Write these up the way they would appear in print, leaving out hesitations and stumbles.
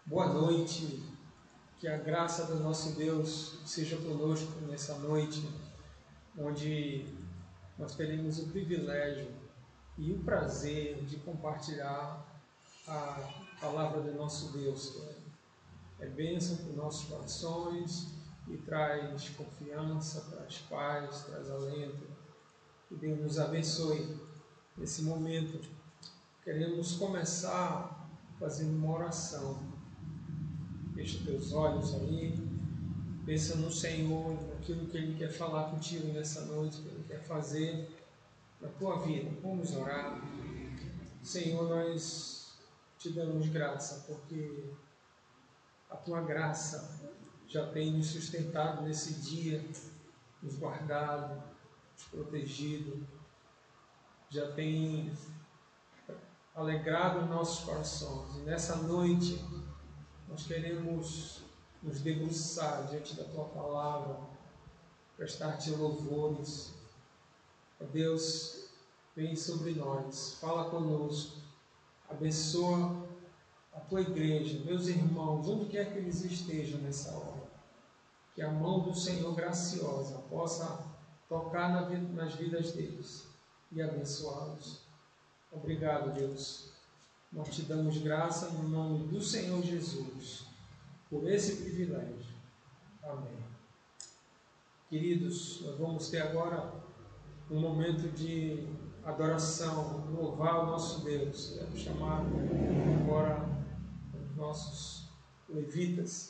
Boa noite, que a graça do nosso Deus seja conosco nessa noite, onde nós teremos o privilégio e o prazer de compartilhar a palavra do nosso Deus, que é bênção para os nossos corações e traz confiança, traz paz, traz alento. Que Deus nos abençoe nesse momento. Queremos começar fazendo uma oração. Fecha teus olhos aí, pensa no Senhor, naquilo que Ele quer falar contigo nessa noite, que Ele quer fazer na tua vida. Vamos orar. Senhor, nós te damos graça, porque a tua graça já tem nos sustentado nesse dia, nos guardado, nos protegido, já tem alegrado nossos corações. E nessa noite, nós queremos nos debruçar diante da Tua Palavra, prestar-Te louvores. Ó Deus, vem sobre nós, fala conosco, abençoa a Tua igreja, meus irmãos, onde quer que eles estejam nessa hora. Que a mão do Senhor graciosa possa tocar nas vidas deles e abençoá-los. Obrigado, Deus. Nós te damos graça no nome do Senhor Jesus, por esse privilégio. Amém. Queridos, nós vamos ter agora um momento de adoração, louvar o nosso Deus. Quero chamar agora os nossos levitas.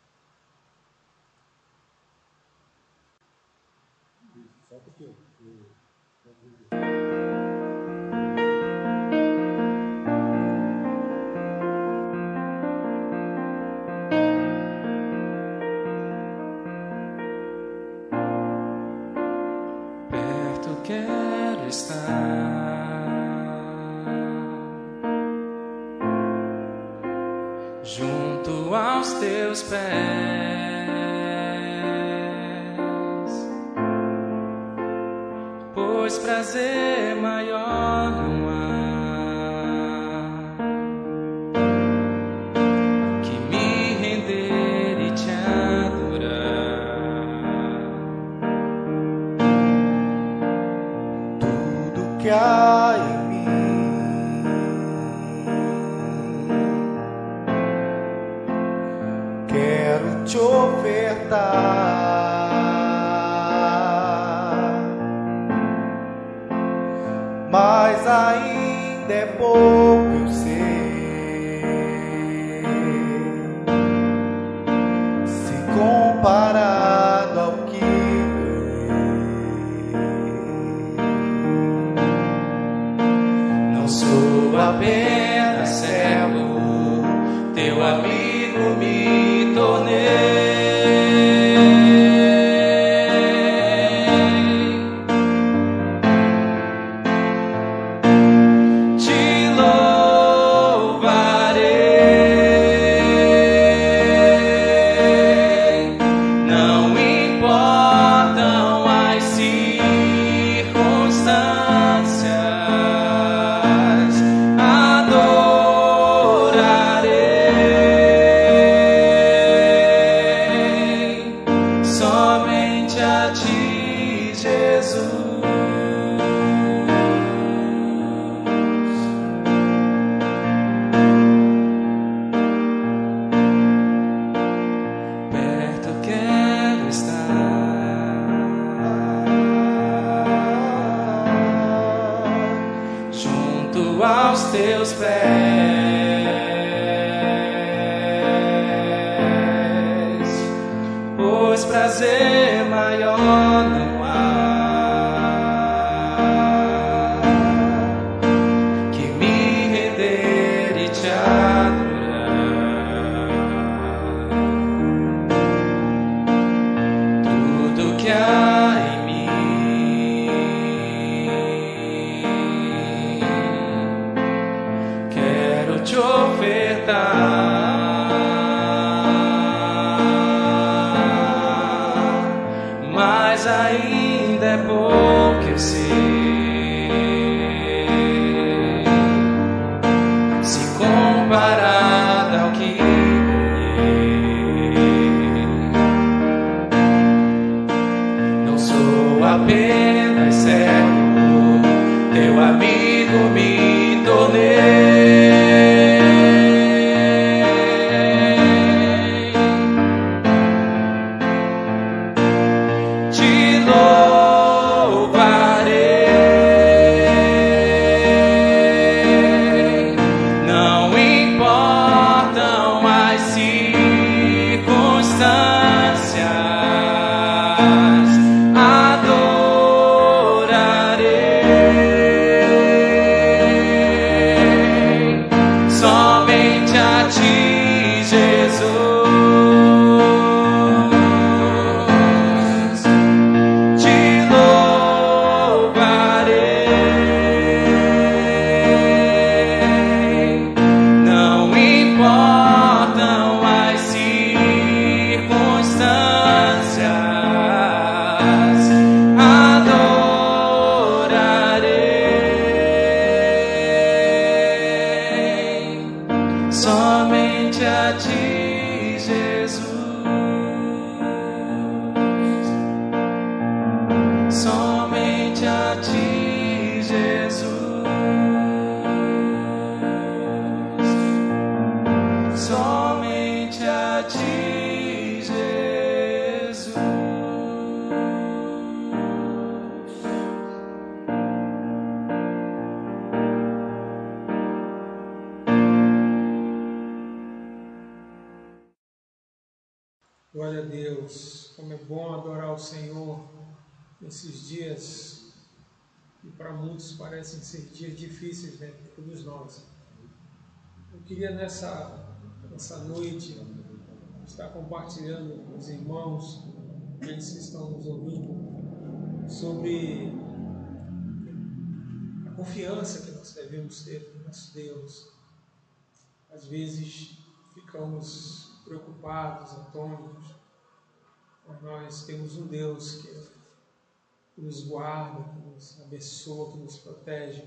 Só porque quero estar junto aos teus pés, pois prazer maior não há que me render e te que há em mim quero te ofertar, mas ainda é pouco, eu sei, se comparado ao que sou apenas servo, teu amigo me tornei. Te louvarei, não importam as circunstâncias. Aos teus pés, pois prazer maior não há que me render e te adorar. Tudo que há em mim te ofertar, mas ainda é pouco, eu sei, se comparado ao que apenas servo, teu amigo me tornei. Te louvarei, não importam as circunstâncias, adorarei somente a ti, Jesus. Te louvarei, não importam as circunstâncias, adorarei somente a ti, Jesus. Somente a ti, Jesus. Somente a ti, Jesus. Glória a Deus, como é bom adorar o Senhor nesses dias que para muitos parecem ser dias difíceis, né? Para todos nós. Eu queria nessa noite estar compartilhando com os irmãos, aqueles que estão nos ouvindo, sobre a confiança que nós devemos ter no nosso Deus. Às vezes ficamos preocupados, atônitos, mas nós temos um Deus que nos guarda, que nos abençoa, que nos protege.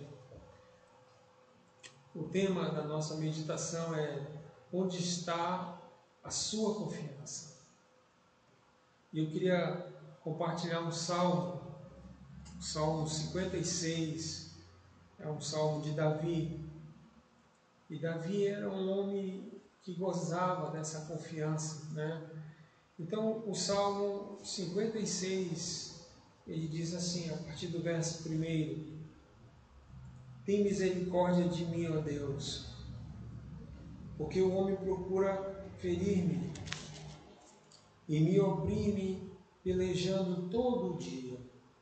O tema da nossa meditação é: onde está a sua confiança? E eu queria compartilhar um salmo, o Salmo 56, é um salmo de Davi. E Davi era um homem que gozava dessa confiança, né? Então, o Salmo 56, ele diz assim, a partir do verso 1: tem misericórdia de mim, ó Deus, porque o homem procura ferir-me e me oprime, pelejando todo o dia.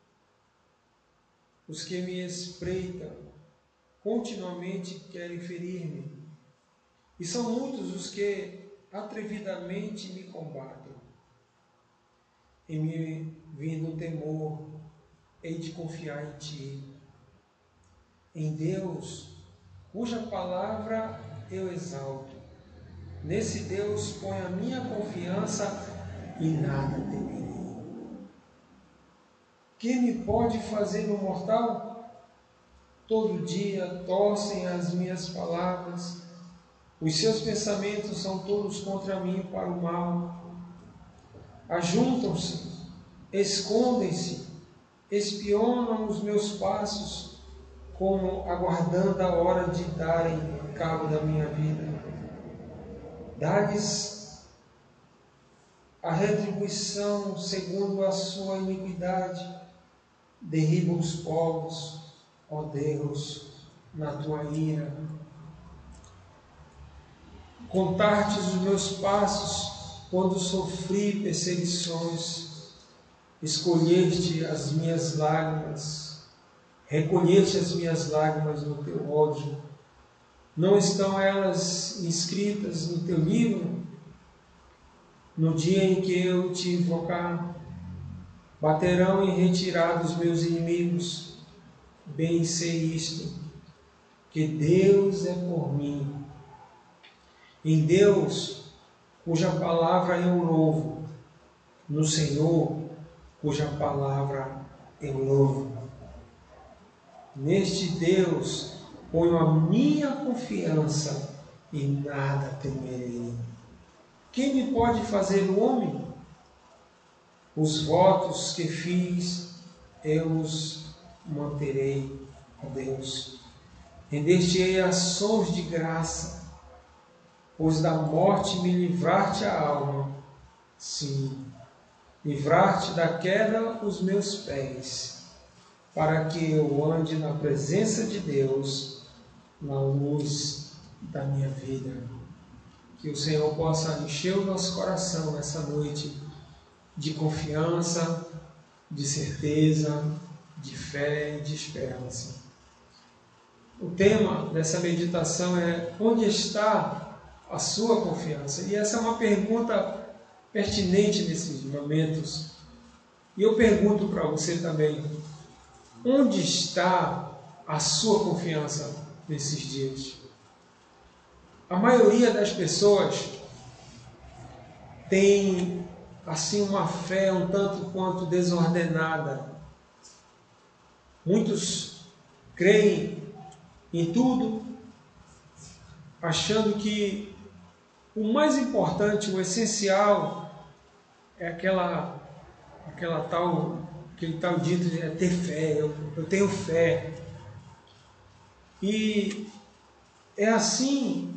Os que me espreitam continuamente querem ferir-me, e são muitos os que atrevidamente me combatem. Em me vindo temor, hei de confiar em ti, em Deus, cuja palavra eu exalto. Nesse Deus ponho a minha confiança e nada temerei. Que me pode fazer o mortal? Todo dia torcem as minhas palavras, os seus pensamentos são todos contra mim para o mal. Ajuntam-se, escondem-se, espionam os meus passos, como aguardando a hora de darem cabo da minha vida. Dá-lhes a retribuição segundo a sua iniquidade, derriba os povos, ó Deus, na tua ira. Contar-te os meus passos quando sofri perseguições, escolheste as minhas lágrimas, recolheste as minhas lágrimas no teu ódio. Não estão elas inscritas no teu livro? No dia em que eu te invocar, baterão em retirada os meus inimigos. Bem sei isto, que Deus é por mim. Em Deus, cuja palavra eu louvo, no Senhor, cuja palavra eu louvo. Neste Deus ponho a minha confiança e nada temerei. Quem me pode fazer o homem? Os votos que fiz eu os manterei, ó Deus. Render-te-ei a sons de graça, pois da morte me livrar-te a alma, sim, livrar-te da queda os meus pés, para que eu ande na presença de Deus, na luz da minha vida. Que o Senhor possa encher o nosso coração nessa noite de confiança, de certeza, de fé e de esperança. O tema dessa meditação é: onde está a sua confiança? E essa é uma pergunta pertinente nesses momentos. E eu pergunto para você também: onde está a sua confiança nesses dias? A maioria das pessoas tem assim uma fé um tanto quanto desordenada. Muitos creem em tudo, achando que o mais importante, o essencial, é aquele tal dito de ter fé. Eu tenho fé. E é assim,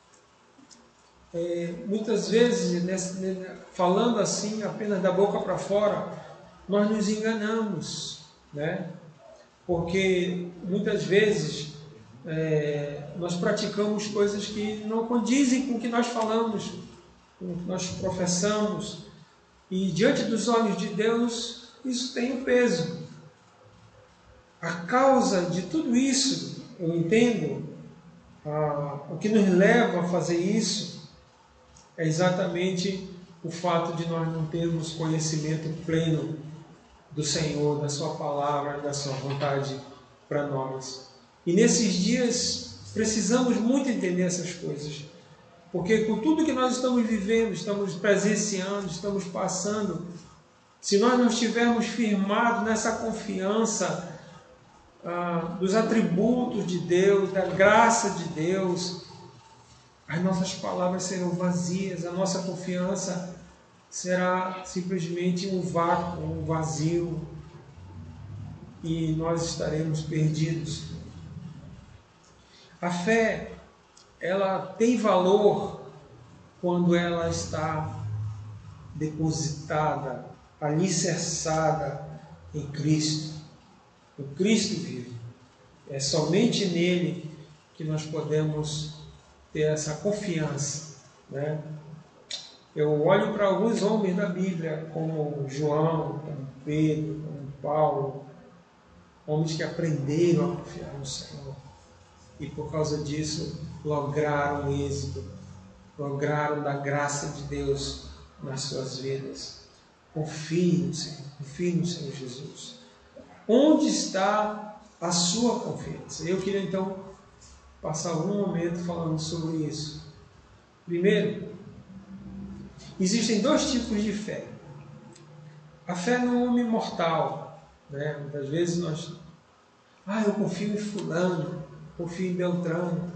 muitas vezes, falando assim, apenas da boca para fora, nós nos enganamos, né? Porque muitas vezes nós praticamos coisas que não condizem com o que nós falamos, com o que nós professamos, e diante dos olhos de Deus isso tem um peso. A causa de tudo isso, eu entendo, o que nos leva a fazer isso é exatamente o fato de nós não termos conhecimento pleno do Senhor, da sua palavra, da sua vontade para nós. E nesses dias precisamos muito entender essas coisas, porque com tudo que nós estamos vivendo, estamos presenciando, estamos passando, se nós não estivermos firmados nessa confiança dos atributos de Deus, da graça de Deus, as nossas palavras serão vazias, a nossa confiança será simplesmente um vácuo, um vazio, e nós estaremos perdidos. A fé, ela tem valor quando ela está depositada, alicerçada em Cristo. O Cristo vive. É somente nele que nós podemos ter essa confiança, né? Eu olho para alguns homens da Bíblia, como João, como Pedro, como Paulo, homens que aprenderam a confiar no Senhor. E por causa disso, lograram êxito, lograram da graça de Deus nas suas vidas. Confie no Senhor Jesus. Onde está a sua confiança? Eu queria então passar algum momento falando sobre isso. Primeiro, existem dois tipos de fé. A fé no homem mortal, né? Muitas vezes eu confio em fulano, confio em Beltrano.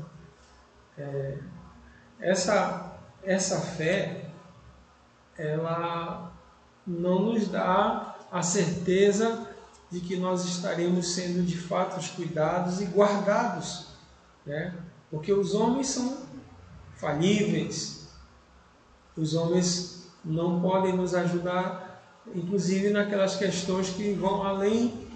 Essa fé, ela não nos dá a certeza de que nós estaremos sendo de fato cuidados e guardados, né? Porque os homens são falíveis, os homens não podem nos ajudar, inclusive naquelas questões que vão além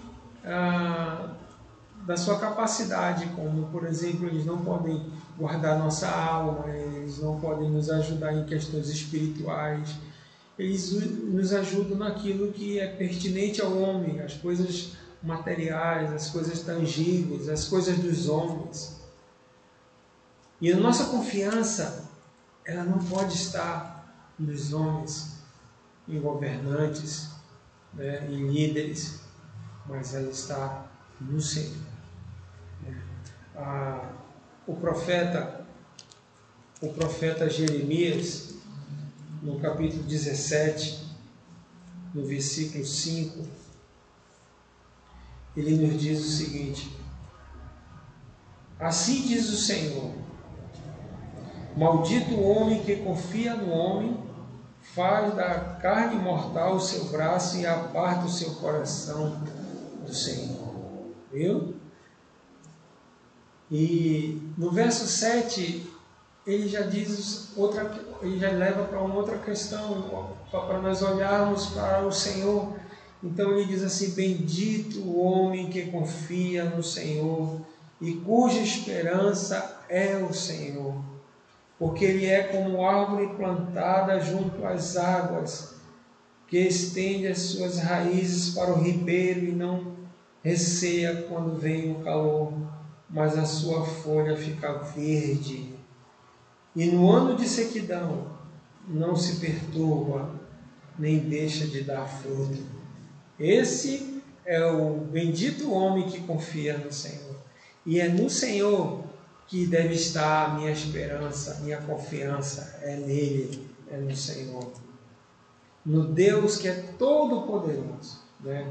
da sua capacidade, como por exemplo, eles não podem guardar nossa alma, eles não podem nos ajudar em questões espirituais. Eles nos ajudam naquilo que é pertinente ao homem, as coisas materiais, as coisas tangíveis, as coisas dos homens. E a nossa confiança, ela não pode estar nos homens, em governantes, né, em líderes, mas ela está no Senhor. O profeta Jeremias, no capítulo 17, no versículo 5, ele nos diz o seguinte: assim diz o Senhor, maldito o homem que confia no homem, faz da carne mortal o seu braço e aparta o seu coração do Senhor. Viu? E no verso 7, ele já diz ele já leva para uma outra questão, para nós olharmos para o Senhor. Então ele diz assim: bendito o homem que confia no Senhor e cuja esperança é o Senhor, porque ele é como árvore plantada junto às águas, que estende as suas raízes para o ribeiro e não receia quando vem o calor, mas a sua folha fica verde. E no ano de sequidão não se perturba, nem deixa de dar fruto. Esse é o bendito homem que confia no Senhor. E é no Senhor que deve estar a minha esperança, a minha confiança. É nele, é no Senhor. No Deus que é todo-poderoso. Né?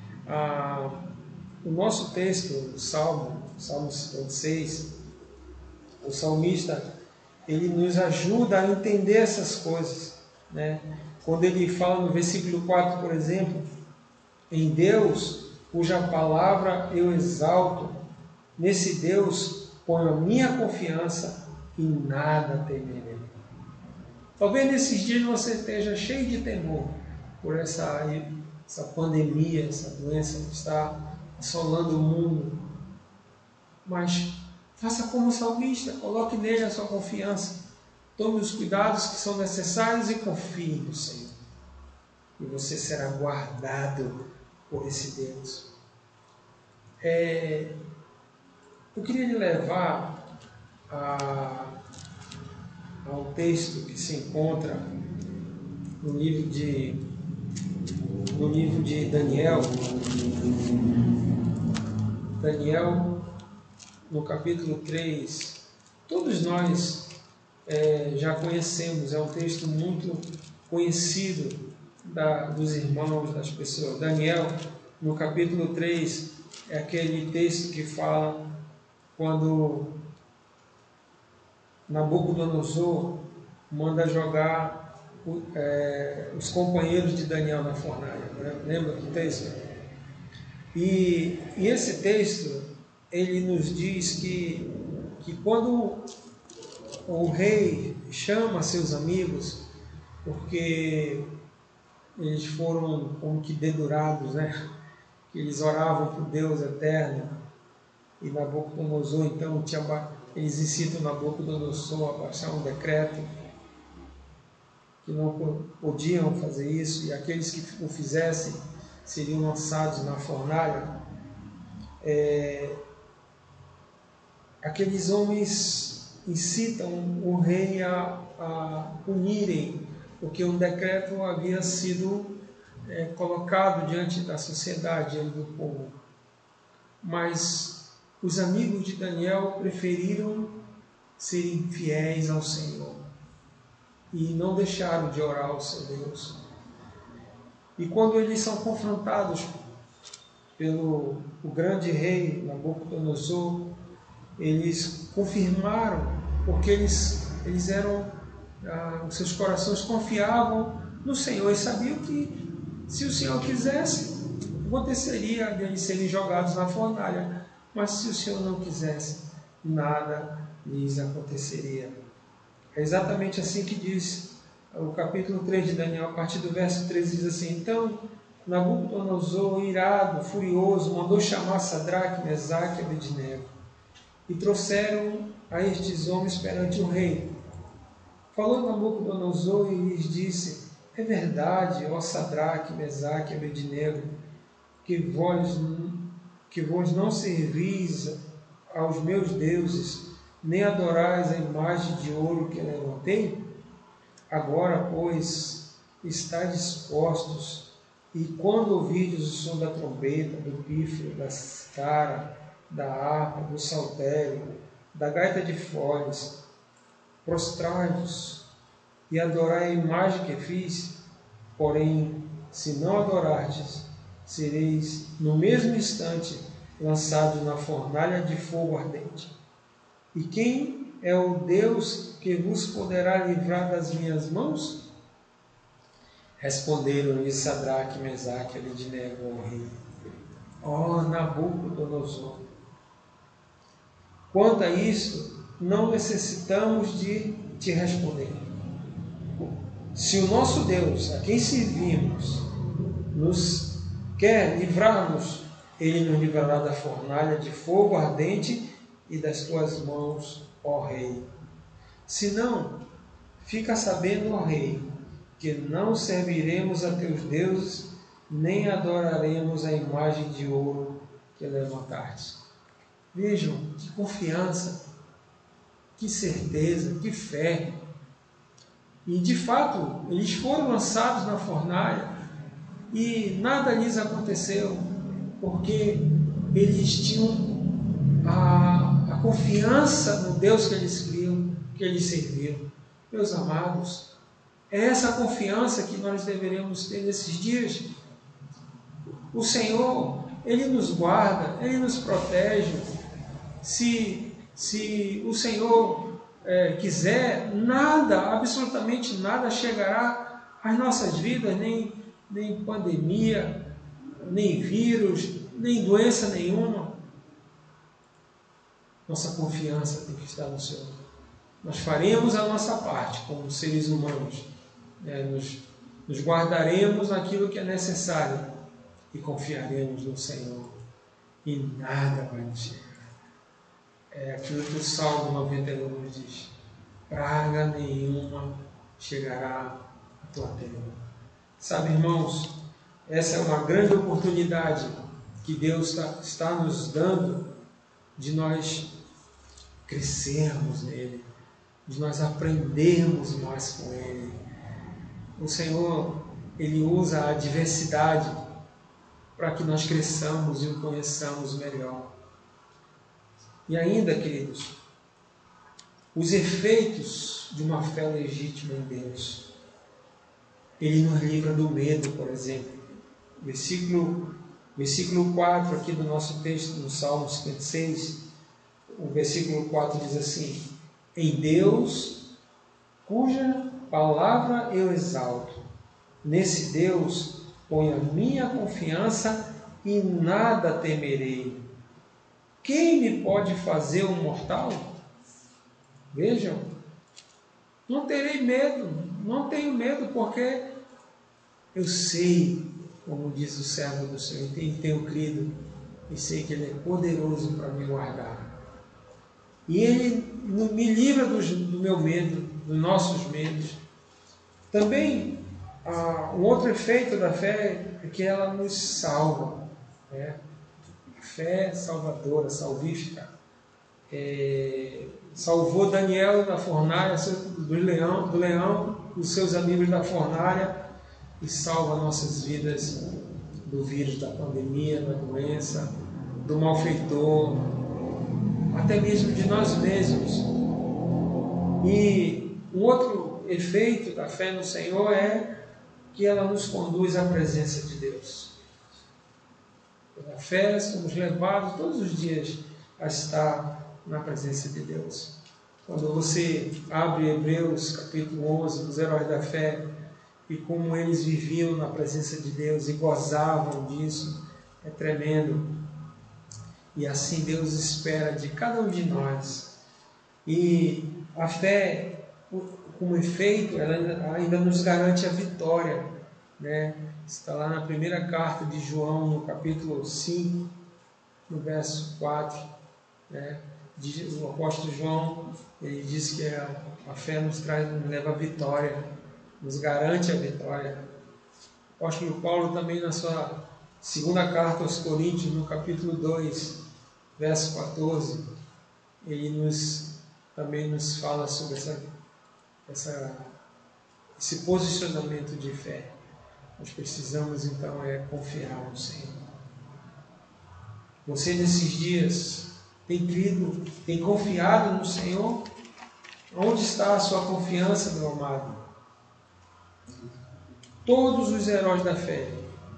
O nosso texto, o Salmo 56, o salmista, ele nos ajuda a entender essas coisas. Né? Quando ele fala no versículo 4, por exemplo, em Deus, cuja palavra eu exalto, nesse Deus ponho a minha confiança e nada temerei. Talvez nesses dias você esteja cheio de temor por essa pandemia, essa doença que está assolando o mundo. Mas faça como o salmista, coloque nele a sua confiança. Tome os cuidados que são necessários e confie no Senhor. E você será guardado por esse Deus. Eu queria lhe levar ao texto que se encontra no livro de Daniel. Daniel, no capítulo 3, todos nós já conhecemos, é um texto muito conhecido dos irmãos, das pessoas. Daniel, no capítulo 3, é aquele texto que fala quando Nabucodonosor manda jogar os companheiros de Daniel na fornalha. Né? Lembra do texto? E esse texto, ele nos diz que quando o rei chama seus amigos, porque eles foram como que dedurados, né? Que eles oravam por Deus eterno, e Nabucodonosor, então, eles incitam Nabucodonosor a baixar um decreto que não podiam fazer isso, e aqueles que o fizessem seriam lançados na fornalha. Aqueles homens incitam o rei a punirem, porque um decreto havia sido colocado diante da sociedade, diante do povo. Mas os amigos de Daniel preferiram serem fiéis ao Senhor e não deixaram de orar ao seu Deus. E quando eles são confrontados pelo o grande rei Nabucodonosor, eles confirmaram, porque eles eram, os seus corações confiavam no Senhor e sabiam que se o Senhor quisesse, aconteceria de eles serem jogados na fornalha, mas se o Senhor não quisesse, nada lhes aconteceria. É exatamente assim que diz o capítulo 3 de Daniel, a partir do verso 13, diz assim: então Nabucodonosor, irado, furioso, mandou chamar Sadraque, Mesaque e Abednego, e trouxeram a estes homens perante o rei. Falou Nabucodonosor e lhes disse: é verdade, ó Sadraque, Mesaque e Abednego, que vós não servis aos meus deuses, nem adorais a imagem de ouro que levantei? Agora, pois, estáis dispostos, e quando ouvirdes o som da trombeta, do pífaro, da citara, da harpa, do saltério, da gaita de foles, prostrai-vos e adorai a imagem que fiz. Porém, se não adorardes, sereis no mesmo instante lançados na fornalha de fogo ardente. E quem é o Deus que vos poderá livrar das minhas mãos? Responderam-lhe Sadraque, Mesaque e Abednego ao rei: ó Nabucodonosor. Quanto a isso, não necessitamos de te responder. Se o nosso Deus, a quem servimos, nos quer livrar-nos, Ele nos livrará da fornalha de fogo ardente e das tuas mãos, ó Rei. Se não, fica sabendo, ó Rei, que não serviremos a teus deuses, nem adoraremos a imagem de ouro que levantaste. Vejam que confiança, que certeza, que fé. E de fato, eles foram lançados na fornalha e nada lhes aconteceu, porque eles tinham a confiança no Deus que eles criam, que eles serviam. Meus amados, é essa confiança que nós deveremos ter nesses dias. O Senhor, Ele nos guarda, Ele nos protege. Se o Senhor quiser, nada, absolutamente nada chegará às nossas vidas, nem pandemia, nem vírus, nem doença nenhuma. Nossa confiança tem que estar no Senhor. Nós faremos a nossa parte como seres humanos, nos guardaremos naquilo que é necessário e confiaremos no Senhor, e nada vai nos chegar. É aquilo que o Salmo 91 nos diz: praga nenhuma chegará à tua terra. Sabe, irmãos, essa é uma grande oportunidade que Deus está nos dando de nós crescermos nele, de nós aprendermos mais com Ele. O Senhor, Ele usa a adversidade para que nós cresçamos e o conheçamos melhor. E ainda, queridos, os efeitos de uma fé legítima em Deus. Ele nos livra do medo, por exemplo. Versículo 4 aqui do nosso texto, no Salmo 56, o versículo 4 diz assim: em Deus, cuja palavra eu exalto, nesse Deus ponho a minha confiança e nada temerei. Quem me pode fazer um mortal? Vejam, não terei medo, não tenho medo, porque eu sei, como diz o servo do Senhor, tenho crido e sei que Ele é poderoso para me guardar. E Ele me livra do meu medo, dos nossos medos. Também, um outro efeito da fé é que ela nos salva, né? A fé salvadora, salvífica. Salvou Daniel da fornalha, do leão, os seus amigos da fornalha, e salva nossas vidas do vírus, da pandemia, da doença, do malfeitor, até mesmo de nós mesmos. E um outro efeito da fé no Senhor é que ela nos conduz à presença de Deus. Pela fé somos levados todos os dias a estar na presença de Deus. Quando você abre Hebreus capítulo 11, dos heróis da fé, e como eles viviam na presença de Deus e gozavam disso, é tremendo. E assim Deus espera de cada um de nós. E a fé, como efeito, ela ainda nos garante a vitória, né? Está lá na primeira carta de João, no capítulo 5, no verso 4, né? O apóstolo João, ele diz que a fé nos leva à vitória, nos garante a vitória. O apóstolo Paulo também, na sua segunda carta aos Coríntios, no capítulo 2, verso 14, ele também nos fala sobre esse posicionamento de fé. Nós precisamos então confiar no Senhor. Você nesses dias tem crido, tem confiado no Senhor? Onde está a sua confiança, meu amado? Todos os heróis da fé,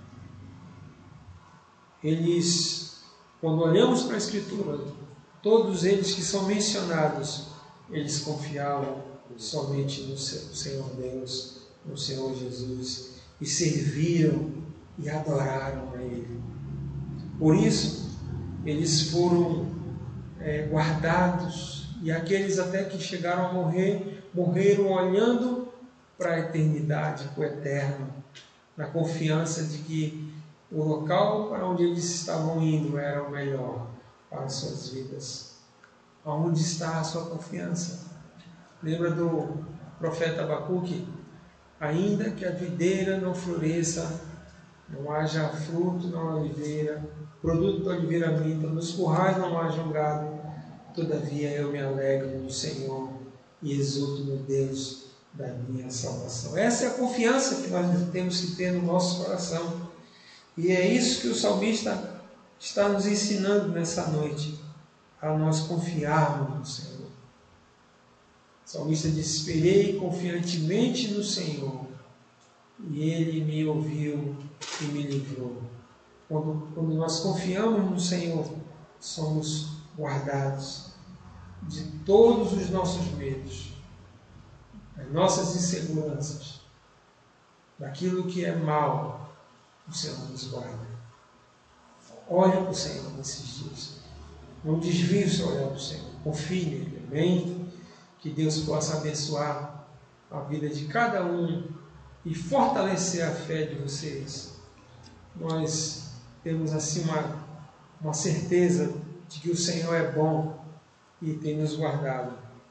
eles, quando olhamos para a Escritura, todos eles que são mencionados, eles confiavam somente no Senhor Deus, no Senhor Jesus, e serviram e adoraram a Ele. Por isso, eles foram guardados, e aqueles até que chegaram a morrer, morreram olhando para a eternidade, para o eterno, na confiança de que o local para onde eles estavam indo era o melhor para as suas vidas. Aonde está a sua confiança? Lembra do profeta Abacuque? Ainda que a videira não floresça, não haja fruto na oliveira, produto da oliveira minta, nos currais não haja gado, todavia eu me alegro no Senhor e exulto no Deus da minha salvação. Essa é a confiança que nós temos que ter no nosso coração. E é isso que o salmista está nos ensinando nessa noite, a nós confiarmos no Senhor. O salmista diz: esperei confiantemente no Senhor, e Ele me ouviu e me livrou. Quando nós confiamos no Senhor, somos guardados de todos os nossos medos, das nossas inseguranças, daquilo que é mal. O Senhor nos guarda. Olhe para o Senhor nesses dias. Não desvie o seu olhar para o Senhor. Confie nele. Amém? Que Deus possa abençoar a vida de cada um e fortalecer a fé de vocês. Nós temos assim uma certeza de que o Senhor é bom e tem nos guardado.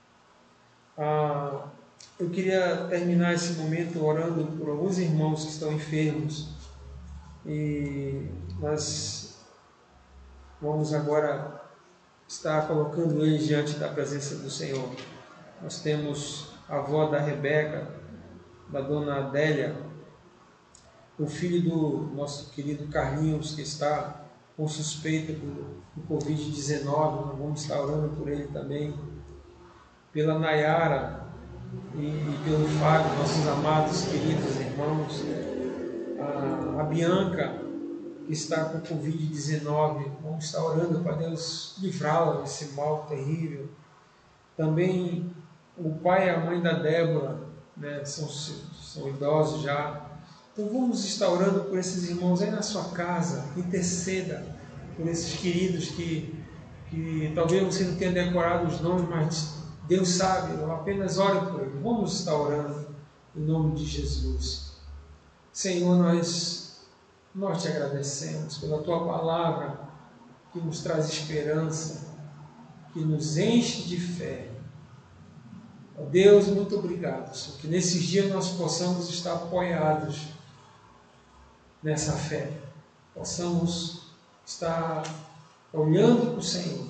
Eu queria terminar esse momento orando por alguns irmãos que estão enfermos. E nós vamos agora estar colocando eles diante da presença do Senhor. Nós temos a avó da Rebeca, da dona Adélia, o filho do nosso querido Carlinhos, que está com suspeita do Covid-19, nós vamos estar orando por ele também, pela Nayara e pelo Fábio, nossos amados, queridos irmãos, a Bianca, que está com Covid-19, vamos estar orando para Deus livrá-la desse mal terrível. Também o pai e a mãe da Débora, né, são idosos já. Então vamos estar orando por esses irmãos aí na sua casa. Interceda por esses queridos que talvez você não tenha decorado os nomes, mas Deus sabe, apenas ore por eles. Vamos estar orando em nome de Jesus. Senhor, nós te agradecemos pela Tua palavra que nos traz esperança, que nos enche de fé. Ó Deus, muito obrigado, Senhor, que nesses dias nós possamos estar apoiados nessa fé, possamos estar olhando para o Senhor.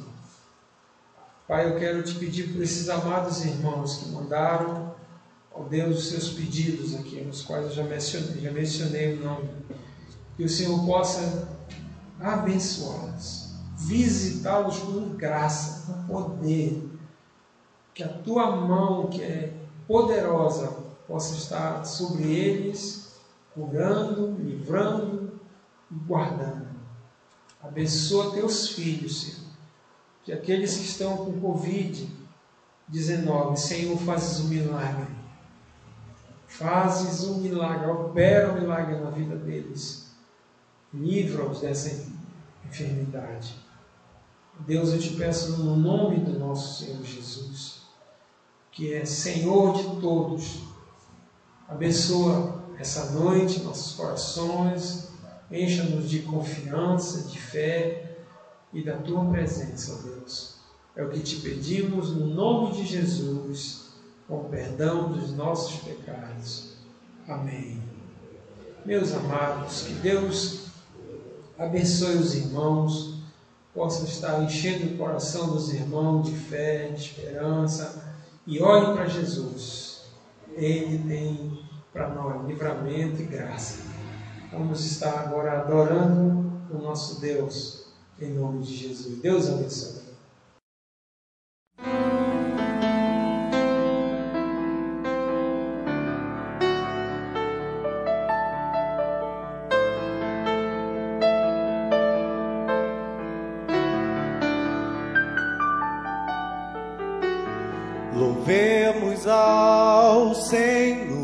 Pai, eu quero te pedir por esses amados irmãos que mandaram, ó Deus, os seus pedidos aqui, nos quais eu já mencionei o nome, que o Senhor possa abençoá-los, visitá-los com graça, com poder, que a tua mão, que é poderosa, possa estar sobre eles, curando, livrando e guardando. Abençoa teus filhos, Senhor, que aqueles que estão com Covid-19, Senhor, fazes um milagre. Fazes um milagre, opera um milagre na vida deles. Livra-os dessa enfermidade. Deus, eu te peço no nome do nosso Senhor Jesus, que é Senhor de todos. Abençoa essa noite nossos corações, encha-nos de confiança, de fé e da tua presença, ó Deus. É o que te pedimos no nome de Jesus, com perdão dos nossos pecados. Amém. Meus amados, que Deus abençoe os irmãos, possa estar enchendo o coração dos irmãos de fé, de esperança, e olhe para Jesus. Ele tem para nós livramento e graça. Vamos estar agora adorando o nosso Deus, em nome de Jesus. Deus abençoe. Louvemos ao Senhor.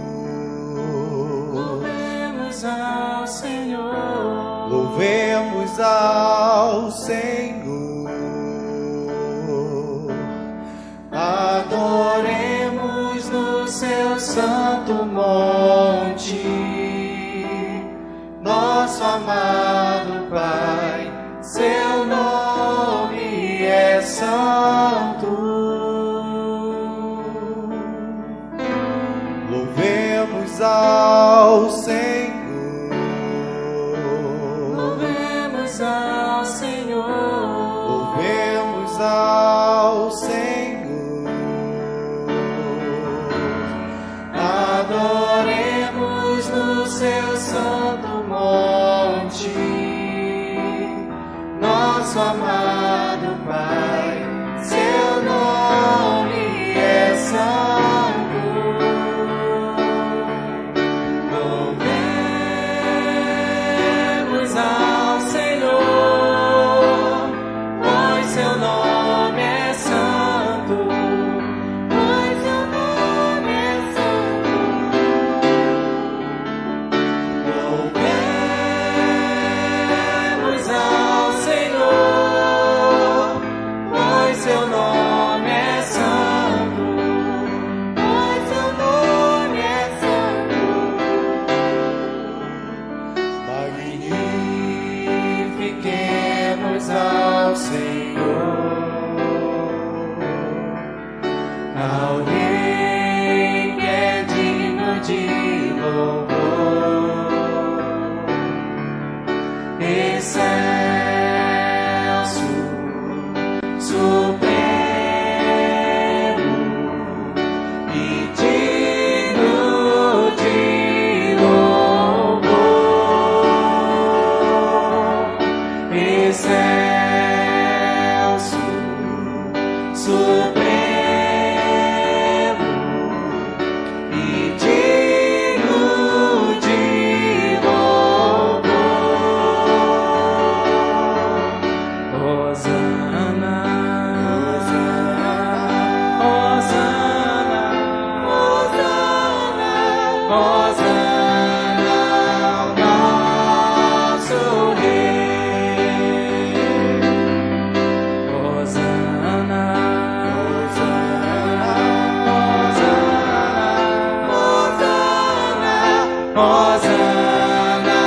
Louvemos ao Senhor. Louvemos Louvemos ao Senhor, adoremos no seu santo monte, nosso amado Pai, seu nome é santo. Louvemos ao Senhor, Louvemos ao Senhor, louvemos ao Senhor, adoremos no seu santo monte, nosso amado Pai, seu nome é santo. Louvemos ao Senhor, pois seu nome é santo, pois seu nome é santo. Louvemos ao Senhor, pois seu nome é santo, pois seu nome é santo. Magnifiquemos ao Senhor, ao Rei que é digno de louvor, excelso, supremo e digno de louvor, excelso, supremo e digno de louvor. Hosana, Hosana, Hosana, Hosana ao nosso Rei. Hosana, Hosana, Hosana, Hosana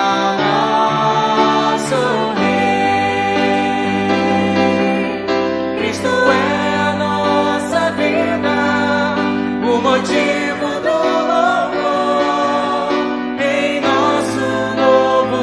ao nosso Rei. Cristo é a nossa vida, o motivo do louvor em nosso novo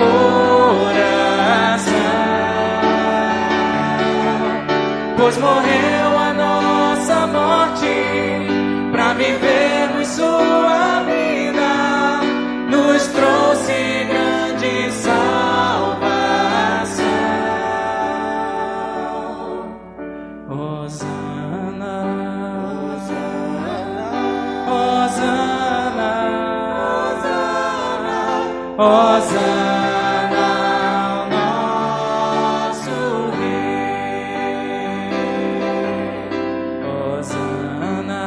coração, pois morreu a nossa morte para vivermos sua vida, nos trouxe grande salvação. Hosana, Hosana, Hosana, Hosana ao nosso Rei. Hosana,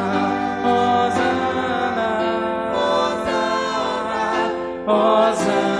Hosana, Hosana, Hosana.